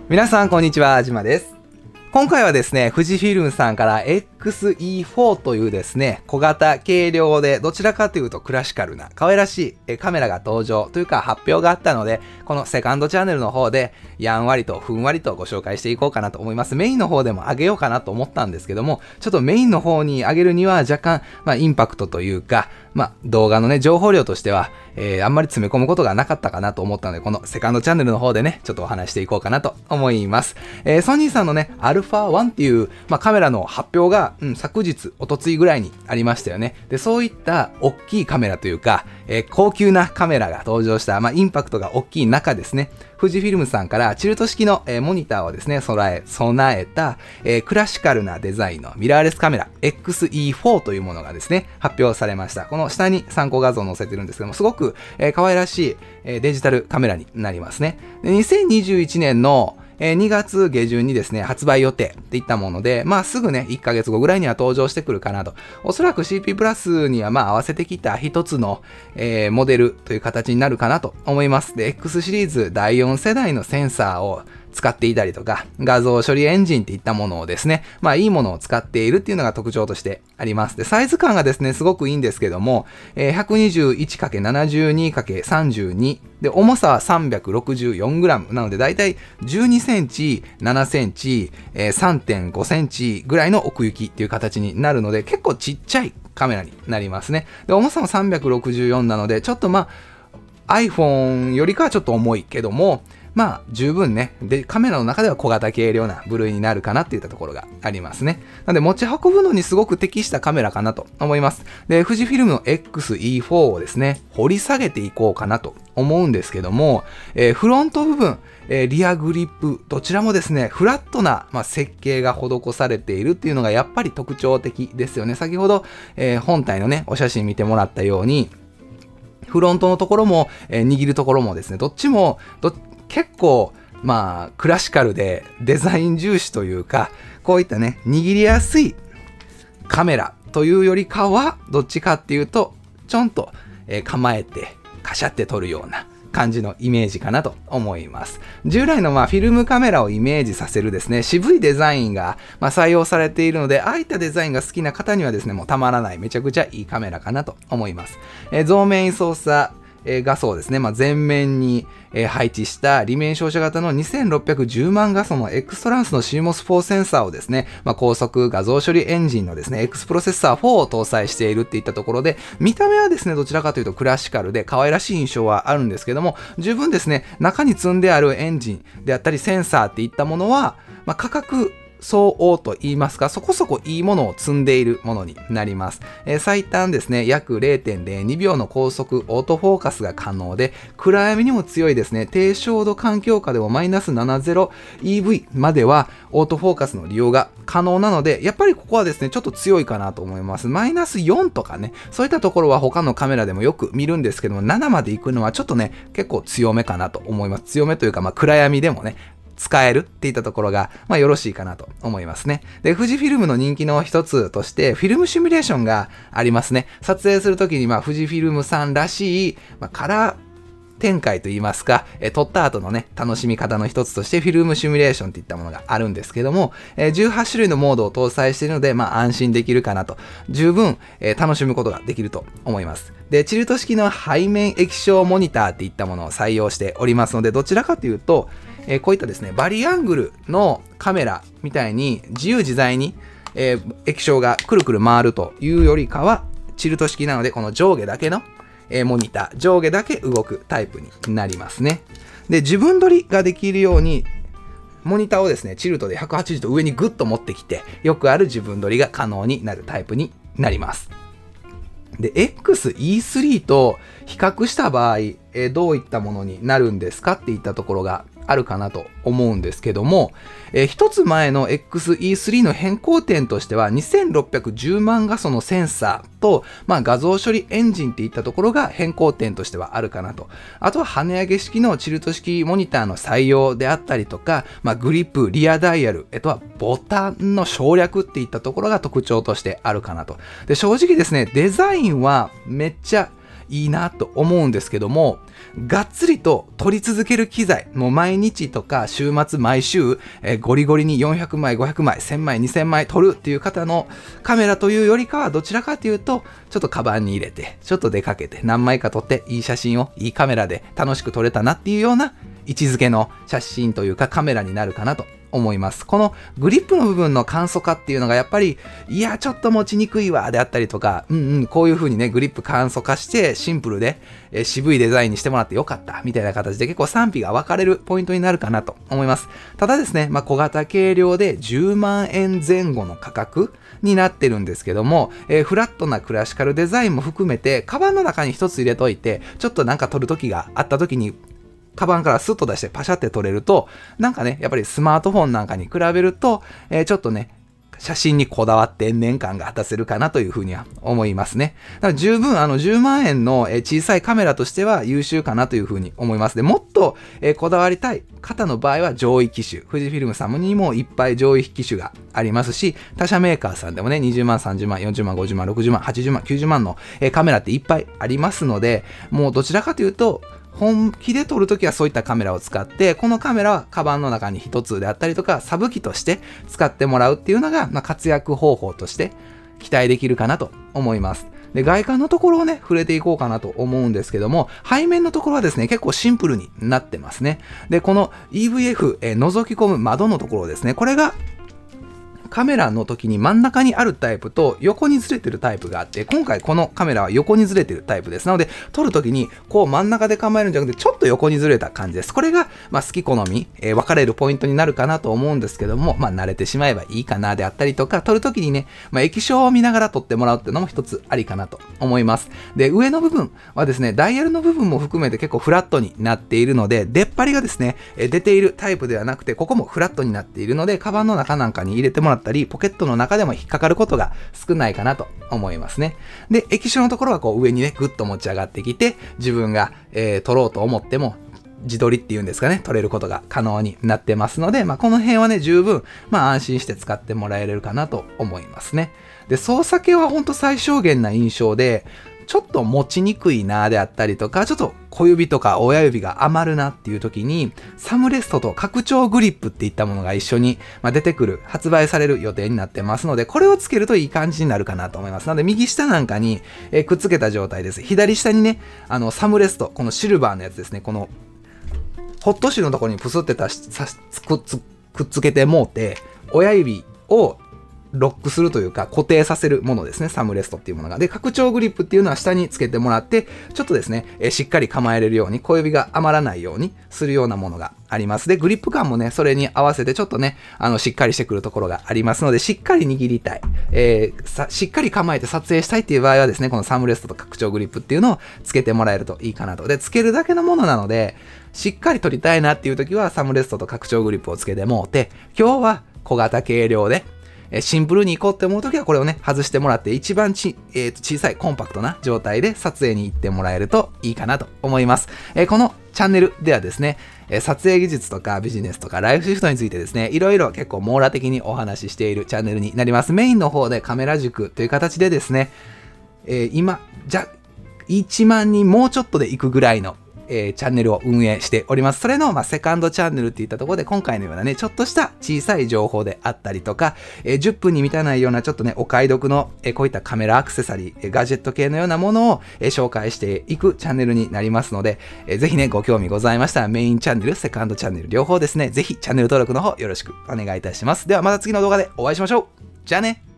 皆さんこんにちは、じまです。今回はですね、富士フィルムさんから XE4 というですね、小型軽量でどちらかというとクラシカルな可愛らしいカメラが登場というか発表があったので、このセカンドチャンネルの方でやんわりとふんわりとご紹介していこうかなと思います。メインの方でも上げようかなと思ったんですけども、ちょっとメインの方に上げるには若干、インパクトというか、動画のね、情報量としては、あんまり詰め込むことがなかったかなと思ったので、このセカンドチャンネルの方でね、ちょっとお話していこうかなと思います。ソニーさんのね、α1 っていう、カメラの発表が、昨日、おとついぐらいにありましたよね。で、そういった大きいカメラというか、高級なカメラが登場した、インパクトが大きい中ですね、富士フィルムさんからチルト式の、モニターをですね、備えた、クラシカルなデザインのミラーレスカメラ XE4 というものがですね、発表されました。この下に参考画像を載せてるんですけども、すごく、可愛らしい、デジタルカメラになりますね。で、2021年の2月下旬にですね、発売予定っていったもので、すぐね、1ヶ月後ぐらいには登場してくるかなと。おそらく CP プラスには合わせてきた一つの、モデルという形になるかなと思います。で、X シリーズ第4世代のセンサーを使っていたりとか、画像処理エンジンっていったものをですね、いいものを使っているっていうのが特徴としてあります。で、サイズ感がですね、すごくいいんですけども、121×72×32 で、重さは 364g なので、だいたい12センチ、7センチ、3.5 センチぐらいの奥行きっていう形になるので、結構ちっちゃいカメラになりますね。で、重さも364なので、ちょっとiPhone よりかはちょっと重いけども、十分ね。で、カメラの中では小型軽量な部類になるかなっていったところがありますね。なので、持ち運ぶのにすごく適したカメラかなと思います。で、富士フィルムの XE4 をですね、掘り下げていこうかなと思うんですけども、フロント部分、リアグリップ、どちらもですね、フラットな、設計が施されているっていうのがやっぱり特徴的ですよね。先ほど、本体のね、お写真見てもらったように、フロントのところも、握るところもですね、どっちも結構、クラシカルでデザイン重視というか、こういったね、握りやすいカメラというよりかは、どっちかっていうと、ちょんと、構えて、カシャって撮るような感じのイメージかなと思います。従来のフィルムカメラをイメージさせるですね、渋いデザインが採用されているので、ああいったデザインが好きな方にはですね、もうたまらない、めちゃくちゃいいカメラかなと思います。増面位操作、画素をですね、前面に配置した裏面照射型の2610万画素の X トランスの CMOS4 センサーをですね、高速画像処理エンジンのですね、X プロセッサー4を搭載しているっていったところで、見た目はですね、どちらかというとクラシカルで可愛らしい印象はあるんですけども、十分ですね、中に積んであるエンジンであったりセンサーっていったものは、価格相応と言いますか、そこそこいいものを積んでいるものになります。最短ですね、約 0.02 秒の高速オートフォーカスが可能で、暗闇にも強いですね、低照度環境下でもマイナス 70EV まではオートフォーカスの利用が可能なので、やっぱりここはですね、ちょっと強いかなと思います。マイナス4とかね、そういったところは他のカメラでもよく見るんですけども、7まで行くのはちょっとね、結構強めかなと思います。強めというか、暗闇でもね、使えるっていったところが、よろしいかなと思いますね。で、富士フィルムの人気の一つとして、フィルムシミュレーションがありますね。撮影するときに、富士フィルムさんらしい、カラー展開といいますか、撮った後のね、楽しみ方の一つとして、フィルムシミュレーションっていったものがあるんですけども、18種類のモードを搭載しているので、安心できるかなと、十分、楽しむことができると思います。で、チルト式の背面液晶モニターっていったものを採用しておりますので、どちらかというと、こういったですね、バリアングルのカメラみたいに自由自在に、液晶がくるくる回るというよりかは、チルト式なので、この上下だけの、モニター、上下だけ動くタイプになりますね。で、自分撮りができるように、モニターをですね、チルトで180度上にグッと持ってきて、よくある自分撮りが可能になるタイプになります。で、XE3 と比較した場合、どういったものになるんですかっていったところがあるかなと思うんですけども、一つ前の XE3 の変更点としては2610万画素のセンサーと、画像処理エンジンっていったところが変更点としてはあるかなと。あとは跳ね上げ式のチルト式モニターの採用であったりとか、グリップ、リアダイヤル、あとはボタンの省略っていったところが特徴としてあるかなと。で、正直ですね、デザインはめっちゃいいなと思うんですけども、がっつりと撮り続ける機材、もう毎日とか週末毎週、ゴリゴリに400枚、500枚、1000枚、2000枚撮るっていう方のカメラというよりかは、どちらかというと、ちょっとカバンに入れて、ちょっと出かけて何枚か撮っていい写真をいいカメラで楽しく撮れたなっていうような位置づけの写真というかカメラになるかなと思います。このグリップの部分の簡素化っていうのがやっぱり、いや、ちょっと持ちにくいわであったりとか、こういう風にね、グリップ簡素化してシンプルで、渋いデザインにしてもらってよかったみたいな形で結構賛否が分かれるポイントになるかなと思います。ただですね、小型軽量で10万円前後の価格になってるんですけども、フラットなクラシカルデザインも含めて、カバンの中に一つ入れといて、ちょっとなんか撮る時があった時に、カバンからスッと出してパシャって撮れると、なんかね、やっぱりスマートフォンなんかに比べると、ちょっとね、写真にこだわって天然感が出せるかなというふうには思いますね。だから十分10万円の小さいカメラとしては優秀かなというふうに思います。で、もっとこだわりたい方の場合は上位機種、富士フィルムさんにもいっぱい上位機種がありますし、他社メーカーさんでもね、20万、30万、40万、50万、60万、80万、90万のカメラっていっぱいありますので、もうどちらかというと、本気で撮るときはそういったカメラを使って、このカメラはカバンの中に一つであったりとか、サブ機として使ってもらうっていうのが、活躍方法として期待できるかなと思います。で、外観のところをね、触れていこうかなと思うんですけども、背面のところはですね、結構シンプルになってますね。で、この EVF、覗き込む窓のところですね、これがカメラの時に真ん中にあるタイプと横にずれてるタイプがあって、今回このカメラは横にずれてるタイプです。なので、撮る時にこう真ん中で構えるんじゃなくて、ちょっと横にずれた感じです。これが、好き好み、分かれるポイントになるかなと思うんですけども、慣れてしまえばいいかなであったりとか、撮る時にね、液晶を見ながら撮ってもらうっていうのも一つありかなと思います。で、上の部分はですね、ダイヤルの部分も含めて結構フラットになっているので、出っ張りがですね、出ているタイプではなくて、ここもフラットになっているので、カバンの中なんかに入れてもらったり、ポケットの中でも引っかかることが少ないかなと思いますね。で、液晶のところはこう上にね、ぐっと持ち上がってきて、自分が、撮ろうと思っても、自撮りっていうんですかね、撮れることが可能になってますので、この辺はね、十分、安心して使ってもらえるかなと思いますね。で、操作系はほんと最小限な印象で、ちょっと持ちにくいなであったりとか、ちょっと小指とか親指が余るなっていう時に、サムレストと拡張グリップっていったものが一緒に出てくる、発売される予定になってますので、これをつけるといい感じになるかなと思います。なので、右下なんかにくっつけた状態です。左下にね、サムレスト、このシルバーのやつですね、この、ホットシルのところにプスってくっつけてもうて、親指をロックするというか固定させるものですね。サムレストっていうものが。で、拡張グリップっていうのは下につけてもらって、ちょっとですね、しっかり構えれるように、小指が余らないようにするようなものがあります。で、グリップ感もね、それに合わせてちょっとね、しっかりしてくるところがありますので、しっかり握りたい。しっかり構えて撮影したいっていう場合はですね、このサムレストと拡張グリップっていうのをつけてもらえるといいかなと。で、つけるだけのものなので、しっかり撮りたいなっていう時は、サムレストと拡張グリップをつけてもうて、今日は小型軽量で、シンプルに行こうって思うときはこれをね、外してもらって一番小さいコンパクトな状態で撮影に行ってもらえるといいかなと思います。このチャンネルではですね、撮影技術とかビジネスとかライフシフトについてですね、いろいろ結構網羅的にお話ししているチャンネルになります。メインの方でカメラ塾という形でですね、今、1万人もうちょっとで行くぐらいのチャンネルを運営しております。それの、セカンドチャンネルっていったところで、今回のようなね、ちょっとした小さい情報であったりとか、10分に満たないようなちょっとね、お買い得の、こういったカメラアクセサリー、ガジェット系のようなものを、紹介していくチャンネルになりますので、ぜひね、ご興味ございましたら、メインチャンネル、セカンドチャンネル、両方ですね、ぜひチャンネル登録の方よろしくお願いいたします。ではまた次の動画でお会いしましょう。じゃあね。